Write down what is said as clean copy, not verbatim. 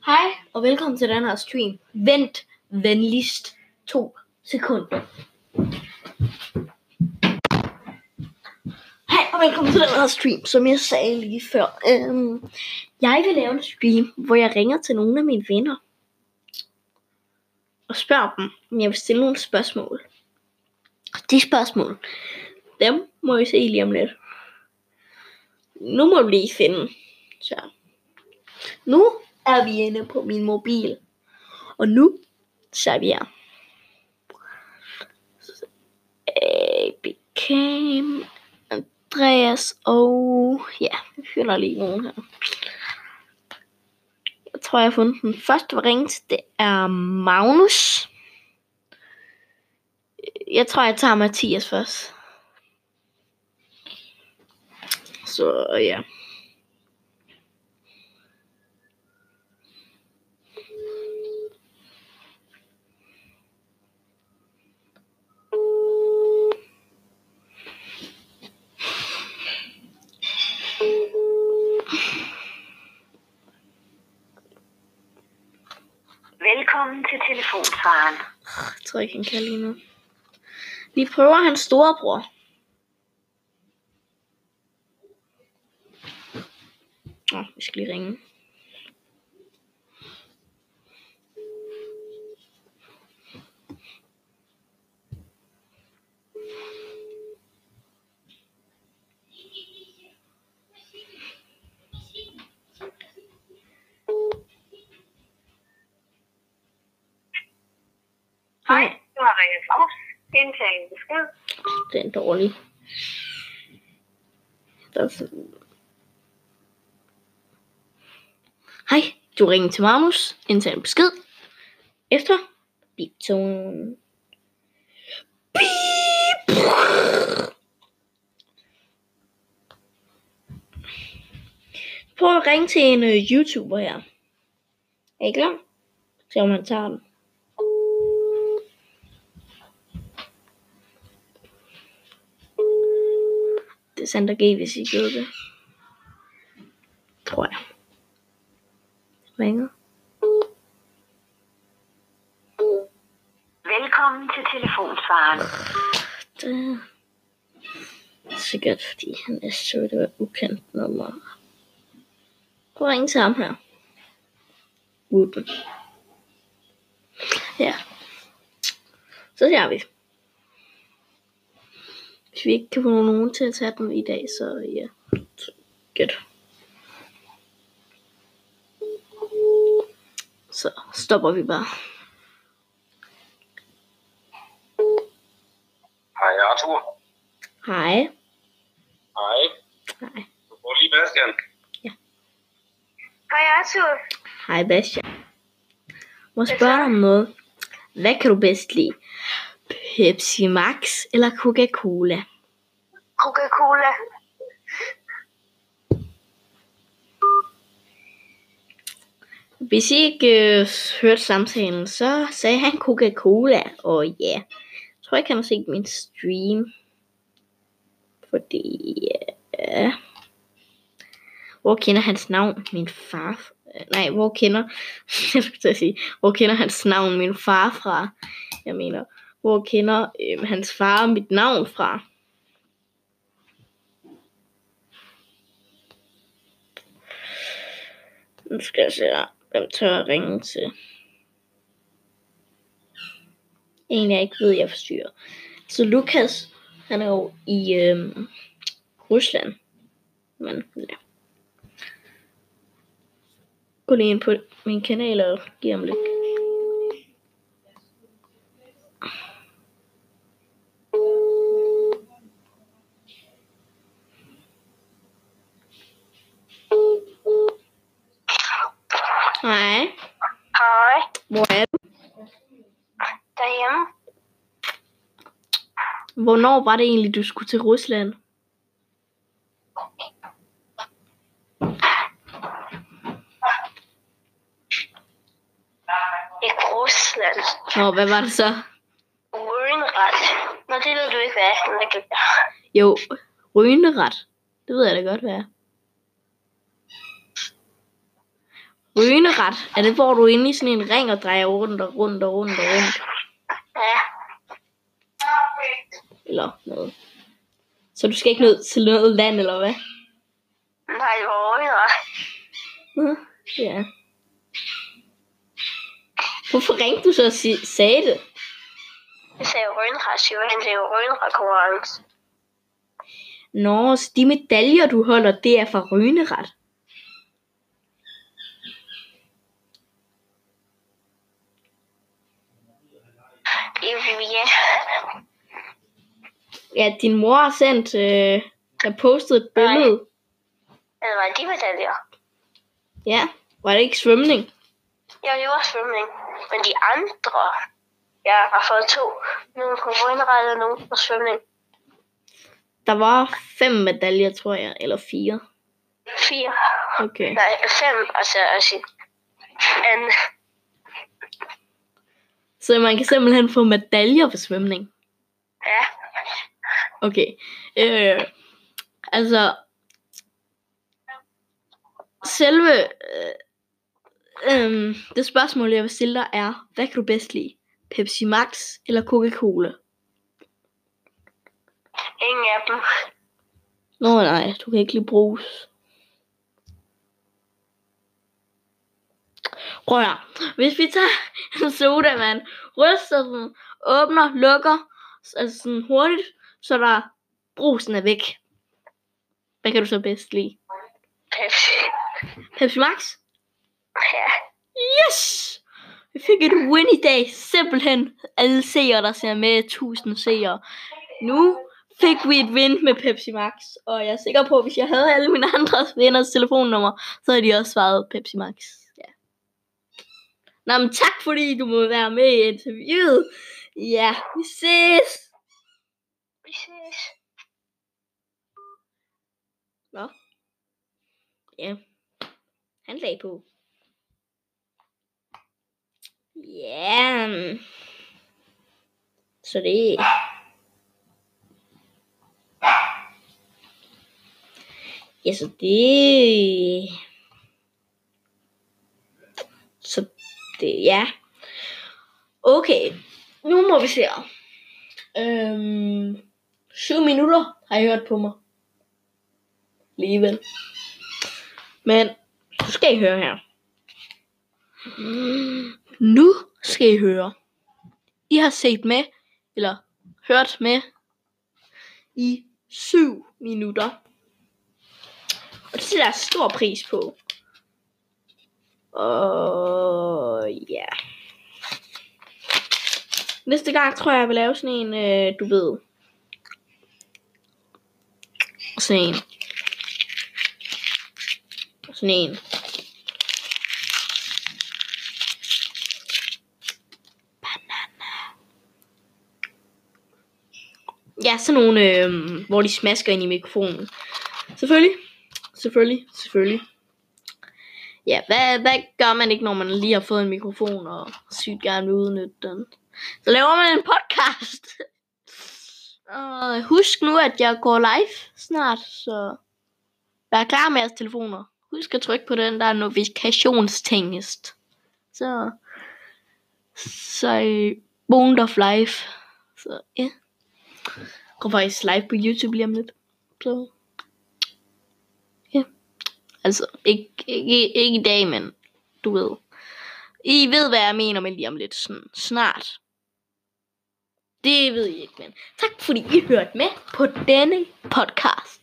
Hej og velkommen til den her stream. Vent venligst 2 sekunder. Hej og velkommen til den her stream, som jeg sagde lige før. Jeg vil lave en stream, hvor jeg ringer til nogle af mine venner og spørger dem, om jeg vil stille nogle spørgsmål. De spørgsmål, dem må I se lige om lidt. Nu må du lige finde. Så. Nu er vi inde på min mobil. Og nu så er vi her. Became Andreas og ja, vi finder lige nogen her. Jeg tror jeg har fundet den første ring til. Det er Magnus. Jeg tror jeg tager Mathias først. Så ja. Velkommen til telefonsvaren. Jeg tror ikke han kan lige nu. Vi prøver hans storebror. Vi skal lige ringe. Hej, du har ringet Claus. Indtal en besked. Det er en dårlig. Hej, du ringer til Magnus. Indtal en besked. Efter beep-tonen. Beep! Prøv at ringe til en YouTuber her. Er I klar? Se om han tager den. Det er Sander G, hvis I gjorde det. Tror jeg. Ringer. Velkommen til telefonsvaren. Det er sikkert fordi han er så det var ukendt nummer. Prøv at ringe til ham her. Uden. Ja. Så ser vi. Hvis vi ikke kan få nogen til at tage den i dag, så ja. Godt. Så stopper vi bare. Hej Arthur. Hej. Hej. Hej. Du får lige Bastian. Hej Arthur. Hej Bastian. Må jeg spørge dig om noget? Hvad kan du bedst lide? Pepsi Max eller Coca-Cola? Coca-Cola. Hvis I ikke hørte samtalen, så sagde han Coca-Cola. Og ja, jeg tror ikke han har set min stream. Fordi hvor kender hans navn min far? Nej, hvor kender hans navn min far fra? Jeg mener, hvor kender hans far mit navn fra? Nu skal jeg se her, hvem tør at ringe til. En jeg ikke ved, jeg forstyrrer. Så Lukas, han er jo i Rusland. Men ja. Gå lige ind på min kanal og giv ham lidt. Hej. Hej. Hvor er du? Derhjemme. Hvornår var det egentlig, du skulle til Rusland? I Rusland. Nå, hvad var det så? Udenret. Nå, det ved du ikke, hvad er. Jo, ryneret. Det ved jeg da godt, hvad er. Ryneret. Er det, hvor du er inde i sådan en ring og drejer rundt og rundt og rundt og rundt? Ja. Eller noget? Så du skal ikke ned til noget land, eller hvad? Nej, det var ryneret. Ja. Hvorfor ringte du så og sagde det? Jeg sagde ryneret, så jeg var hen til ryneret konkurrence. Nå, så de medaljer, du holder, det er fra Ryneret. Ja. Ja, din mor har sendt, der postede et billede. Det var de medaljer. Ja, var det ikke svømning? Ja, det var svømning. Men de andre, jeg har fået 2. Nogle på ryneret og nogle på svømning. Der var 5 medaljer, tror jeg, eller 4. 4. Okay. Nej, 5, altså en. Så man kan simpelthen få medaljer for svømning. Ja. Okay. Altså, selve det spørgsmål, jeg vil stille dig er, hvad kan du bedst lide? Pepsi Max eller Coca-Cola? Ingen af dem. Nå nej, du kan ikke lide brus. Prøv at høre. Hvis vi tager en sodavand, ryster den, åbner, lukker, altså sådan hurtigt, så der brusen er væk. Hvad kan du så bedst lide? Pepsi. Pepsi Max? Ja. Yes! Vi fik et win i dag. Simpelthen alle seere, der ser med, 1000 seere. Nu fik vi et win med Pepsi Max. Og jeg er sikker på, at hvis jeg havde alle mine andre venners telefonnummer, så havde de også svaret Pepsi Max. Ja. Nå, men tak fordi du må være med i interviewet. Ja, vi ses. Vi ses. Nå. Ja. Han lagde på. Ja. Så det. Ja, så det. Så det, ja. Okay. Nu må vi se. 7 minutter har I hørt på mig. Alligevel. Men så skal I høre her. Nu skal I høre. I har set med, eller hørt med, i 7 minutter. Og det sætter jeg stor pris på. Og ja. Næste gang tror jeg vil lave sådan en, du ved. Sådan en. Sådan en. Ja, sådan nogle, hvor de smasker ind i mikrofonen. Selvfølgelig. Ja, hvad gør man ikke, når man lige har fået en mikrofon og sygt gerne vil udnytte den? Så laver man en podcast. Og husk nu, at jeg går live snart, så vær klar med jeres telefoner. Husk at trykke på den der notifikationstingest. Så Bond of Life. Så ja. Går faktisk live på YouTube lige om lidt. Så ja. Altså ikke i dag, men du ved. I ved hvad jeg mener med lige om lidt, sådan snart. Det ved I ikke, men tak fordi I hørte med på denne podcast.